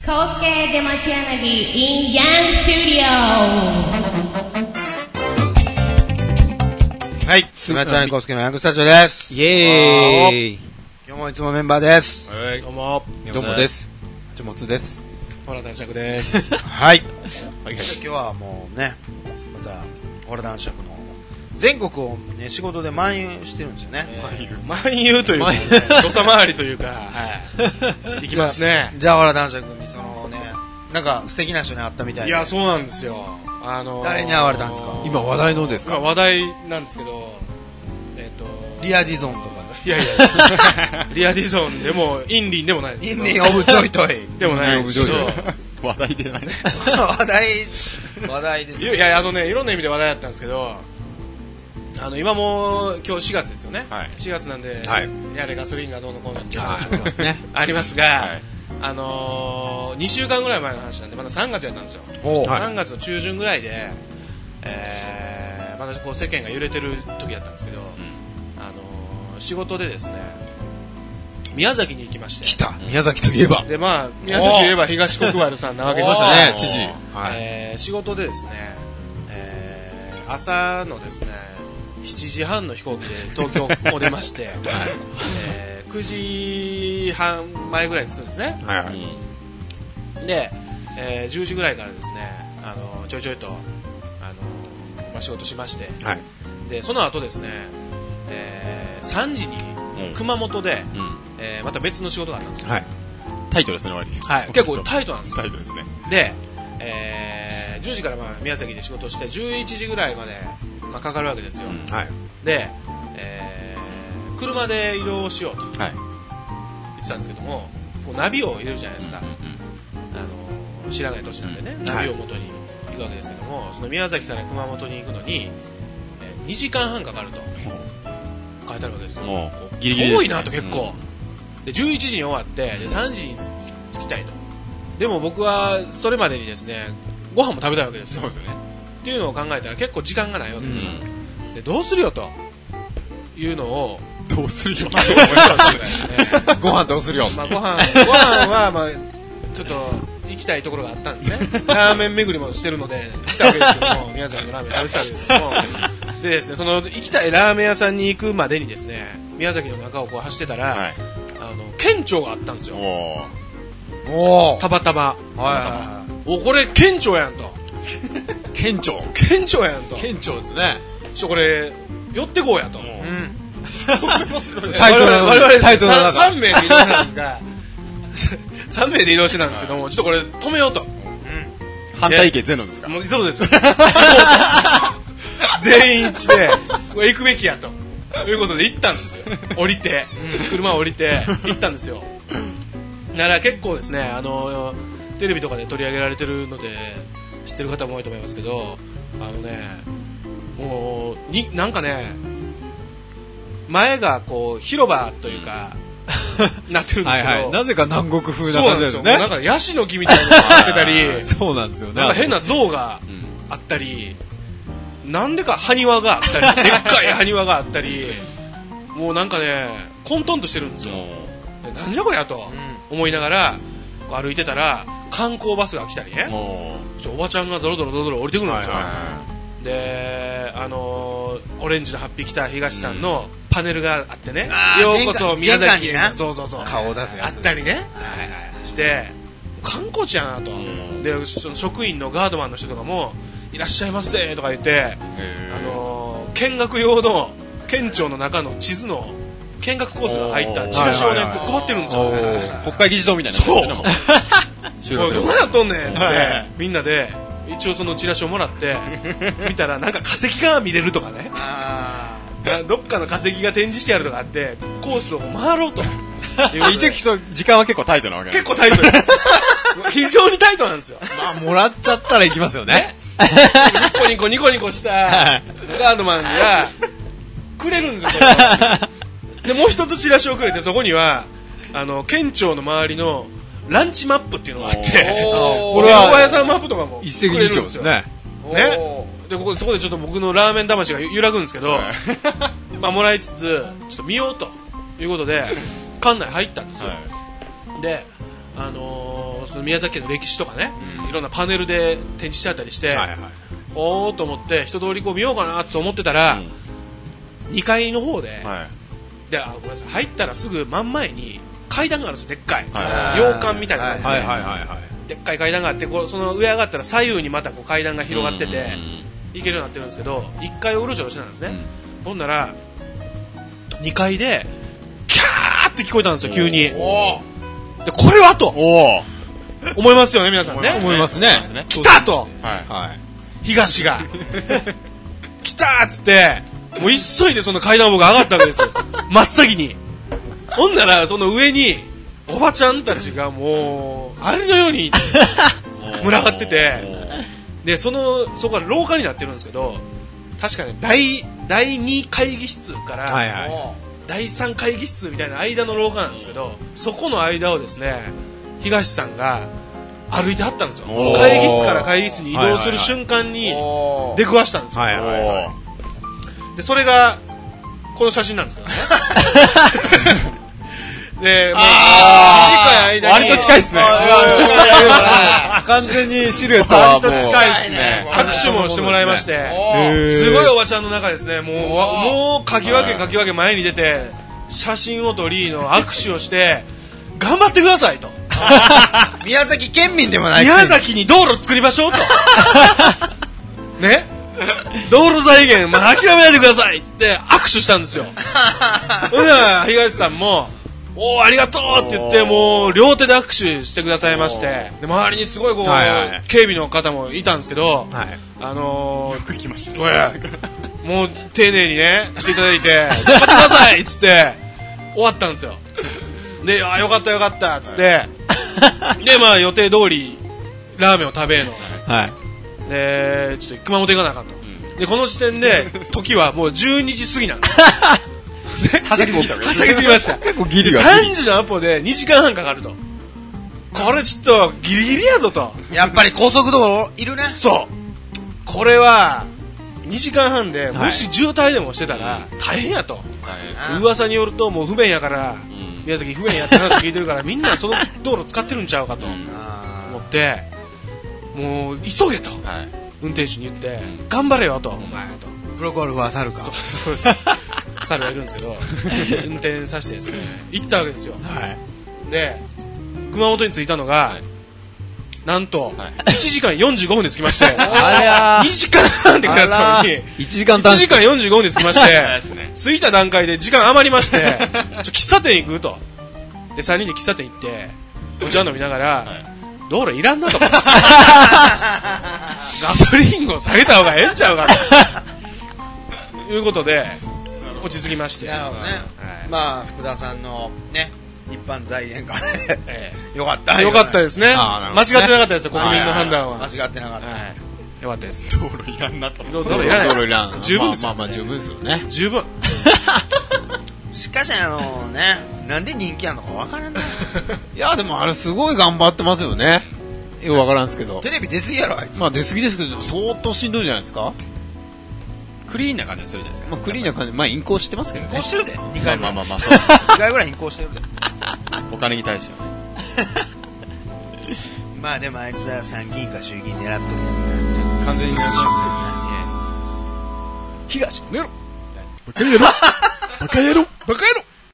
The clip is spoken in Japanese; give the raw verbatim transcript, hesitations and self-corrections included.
コウスケ出町柳 in Young Studio。 はい、出町柳コウスケのヤングスタジオです。 イエーイ。 今日もいつもメンバーです。 はい、どうもどうもです。 ちもつです。ほら男爵です。 はい。今日はもうね、またほら男爵の全国をね仕事で漫遊してるんですよね。 漫遊というか、土佐回りというか、はい。行きますね。 じゃあほら男爵にそのね、なんか素敵な人に会ったみたいで。 いやそうなんですよ。あのー、 誰に会われたんですか。 今話題のですか。 話題なんですけど、えっとリアディゾンとか。 いやいやリアディゾンでもインリンでもないですけど。 インリンオブジョイトイでもないですけど。 話題でない。 話題話題です。 いやあのねいろんな意味で話題だったんですけど。あの今も今日しがつですよね、はい、しがつなんで、はい、やれガソリンがどうのこうのっていう話もありますが、はい、あのー、にしゅうかんぐらい前の話なんでまださんがつやったんですよ。さんがつの中旬ぐらいで、えー、まだこう世間が揺れてる時だったんですけど、うん、あのー、仕事でですね宮崎に行きまして。 来た宮崎といえばで、まあ、宮崎といえば東国原さんなわけですよね知事、 はい、えー、仕事でですね、えー、朝のですねしちじはんの飛行機で東京を出まして、はいえー、くじはんまえぐらいに着くんですね、はいはい、で、えー、じゅうじぐらいからですねあのちょいちょいとあの、まあ、仕事しまして、はい、でその後ですね、えー、さんじに熊本で、うんえー、また別の仕事があったんですよ、はい、 タイトですね割に、 はい、結構タイトなんですよ。 タイトですね。 で、えー、じゅうじからまあ宮崎で仕事してじゅういちじぐらいまでまあ、かかるわけですよ、うんはい、で、えー、車で移動しようと、はい、言ってたんですけどもこうナビを入れるじゃないですか、うんうん、あの知らない土地なんでね、うん、ナビを元に行くわけですけども、はい、その宮崎から熊本に行くのに、えー、にじかんはんかかると書いてあるわけですよ。 ギリギリですね、 遠いなと結構、うん、でじゅういちじに終わってでさんじに着きたいと。でも僕はそれまでにですねご飯も食べたいわけですよ。そうですよねっていうのを考えたら結構時間がないわけです、うん、でどうするよというのをどうするよご飯どうするよ、 まあ、ご飯ご飯はまあちょっと行きたいところがあったんですねラーメン巡りもしてるので行ったわけですけども宮崎のラーメン食べてたわけですけどもでですねその行きたいラーメン屋さんに行くまでにですね宮崎の中をこう走ってたら、はい、あの県庁があったんですよ。おたまたま、はいはいはい、おこれ県庁やんと県庁県庁やんと県庁ですね。 ちょこれ寄ってこうやと、うん、 タイトな我々タイトなさんめいで移動してたんですがさんめいで移動してたんですけども、はい、ちょっとこれ止めようと、うん、 反対意見ゼロですか。 もうゼロですよ全員一致で行くべきやということで行ったんですよ。降りて、うん、車を降りて行ったんですよ。だから結構ですねあのテレビとかで取り上げられてるので知ってる方も多いと思いますけどあのねもうになんかね前がこう広場というか、うん、なってるんですけどはい、はい、 なぜか南国風な感じですね。 なんかヤシの木みたいなのがあってたりそうなんですよね。 なんか変な像があったり、うん、なんでか埴輪があったりでっかい埴輪があったりもうなんかね混沌としてるんですよ。なんじゃこりゃと思いながら歩いてたら観光バスが来たりね お, おばちゃんがゾロゾロゾロゾロ降りてくるんですよ、はいはいはい、で、あのー、オレンジのハッピー着た東さんのパネルがあってね、うん、ようこそ宮崎へそうそうそう顔を出すやつあったりね、はいはい、して観光地やなと、うん、でその職員のガードマンの人とかもいらっしゃいませとか言って、あのー、見学用の県庁の中の地図の見学コースが入ったチラシをね配ってるんですよ。 国会議事堂みたいな。 そう。おいどうやっとんねんって、はい、みんなで一応そのチラシをもらって見たらなんか化石が見れるとかね。あどっかの化石が展示してあるとかあってコースを回ろうと。 一応聞くと時間は結構タイトなわけ結構タイトです。非常にタイトなんですよ。 まあもらっちゃったら行きますよね。 ニコニコニコニコしたガードマンがくれるんですよ。でもう一つチラシをくれてそこにはあの県庁の周りのランチマップっていうのがあってこれはおば屋さんマップとかも一石二鳥ですね。 ねでここでそこでちょっと僕のラーメン魂が揺らぐんですけど、まあもらいつつちょっと見ようということで館内入ったんですよ、はい、であのー、その宮崎県の歴史とかね、うん、いろんなパネルで展示してあったりして、はいはい、おーと思って一通りこう見ようかなと思ってたら、うん、にかいの方で、はい、であごめんなさい入ったらすぐ真ん前に階段があるんですよ、でっかい、はい、洋館みたいな感じで、はいはいはいはい、でっかい階段があってこうその上上がったら左右にまたこう階段が広がってて、うんうんうん、行けるようになってるんですけどいっかいうろちょろしてたんですね、うん、ほんならにかいでキャーって聞こえたんですよ急に。おでこれはとお思いますよね皆さんね。 思いますね。 来たと、はいはい、東が来たーっつってもう急いでその階段を僕上がったわけですよ真っ先に。ほんならその上におばちゃんたちがもうあれのように群がっててでそのそこから廊下になってるんですけど確かに第だいに会議室から、はいはい、だいさん会議室みたいな間の廊下なんですけどそこの間をですね東さんが歩いてはったんですよ。会議室から会議室に移動する瞬間に出くわしたんですよ、はいはいはい、でそれがこの写真なんですけどねで、もう短い間に割と近いですね。完全にシルエットは割と近いですね。 拍手もしてもらいまして、すごいおばちゃんの中ですね、もうもうかき分けかき分け前に出て写真を撮りの握手をして頑張ってくださいと。 宮崎県民でもない。 宮崎に道路作りましょうと。ね。道路再現まあ諦めないでくださいっつって握手したんですよ。それでは東さんも。おーありがとうって言ってもう両手で握手してくださいましてで周りにすごいこう、はいはい、警備の方もいたんですけど、はい、あのー、よく行きましたねもう丁寧にねしていただいて頑張ってくださいっつって終わったんですよ。であよかったよかったっつって、はい、でまあ予定通りラーメンを食べるの、はい、でちょっと熊本行かなあかんと、うん、でこの時点で時はもうじゅうにじ過ぎなんですはしゃぎすぎた。はしゃぎすぎました。結構ギリがさんじのアポでにじかんはんかかると。これちょっとギリギリやぞと。 やっぱり高速道路いるね。 そう。これはにじかんはんでもし渋滞でもしてたら大変やと。はい、噂によるともう不便やから、うん、宮崎不便やって話聞いてるからみんなその道路使ってるんちゃうかと思ってもう急げと、はい、運転手に言って、うん、頑張れよと、うん、お前と。 プロゴルファー猿か。 そうそうです。猿がいるんですけど運転させてですね行ったわけですよ、はい、で熊本に着いたのが、はい、なんと、はい、いちじかんよんじゅうごふんで着きましてあにじかんはんって書いてあったのにいちじかん短縮いちじかんよんじゅうごふんで着きまして着いた段階で時間余りましてちょ喫茶店行くとでさんにんで喫茶店行ってお茶飲みながら、はい、道路いらんなとガソリンを下げた方がええんちゃうかということで落ち着きまして。 なるほどね。はい、まあ福田さんのね一般財源がね、ええ、よかった。 よかったですね。間違ってなかったですよ国民の判断は。 間違ってなかった。はい、 よかったです。 道路いらんなと。 道路いらない。 道路いらん。 十分ですよ。 まあまあまあ十分ですよね。 十分。 しかしあのねなんで人気あるのかわからない。 いやでもあれすごい頑張ってますよね。よくわからんですけど。 テレビ出過ぎやろあいつ。 まあ出過ぎですけど相当しんどいんじゃないですか。クリーンな感じがするじゃないですか。まあ、クリーンな感じ、まあ、インコしてますけどね。 インコしてるで。にかいまあまあまあ、そう。にかいぐらいインコしてるで。 お金に対してはね。まあでもあいつは参議院か衆議院狙っとるやん。 完全に狙ってますよね。東、寝ろバカ野郎バカ野郎バカ野郎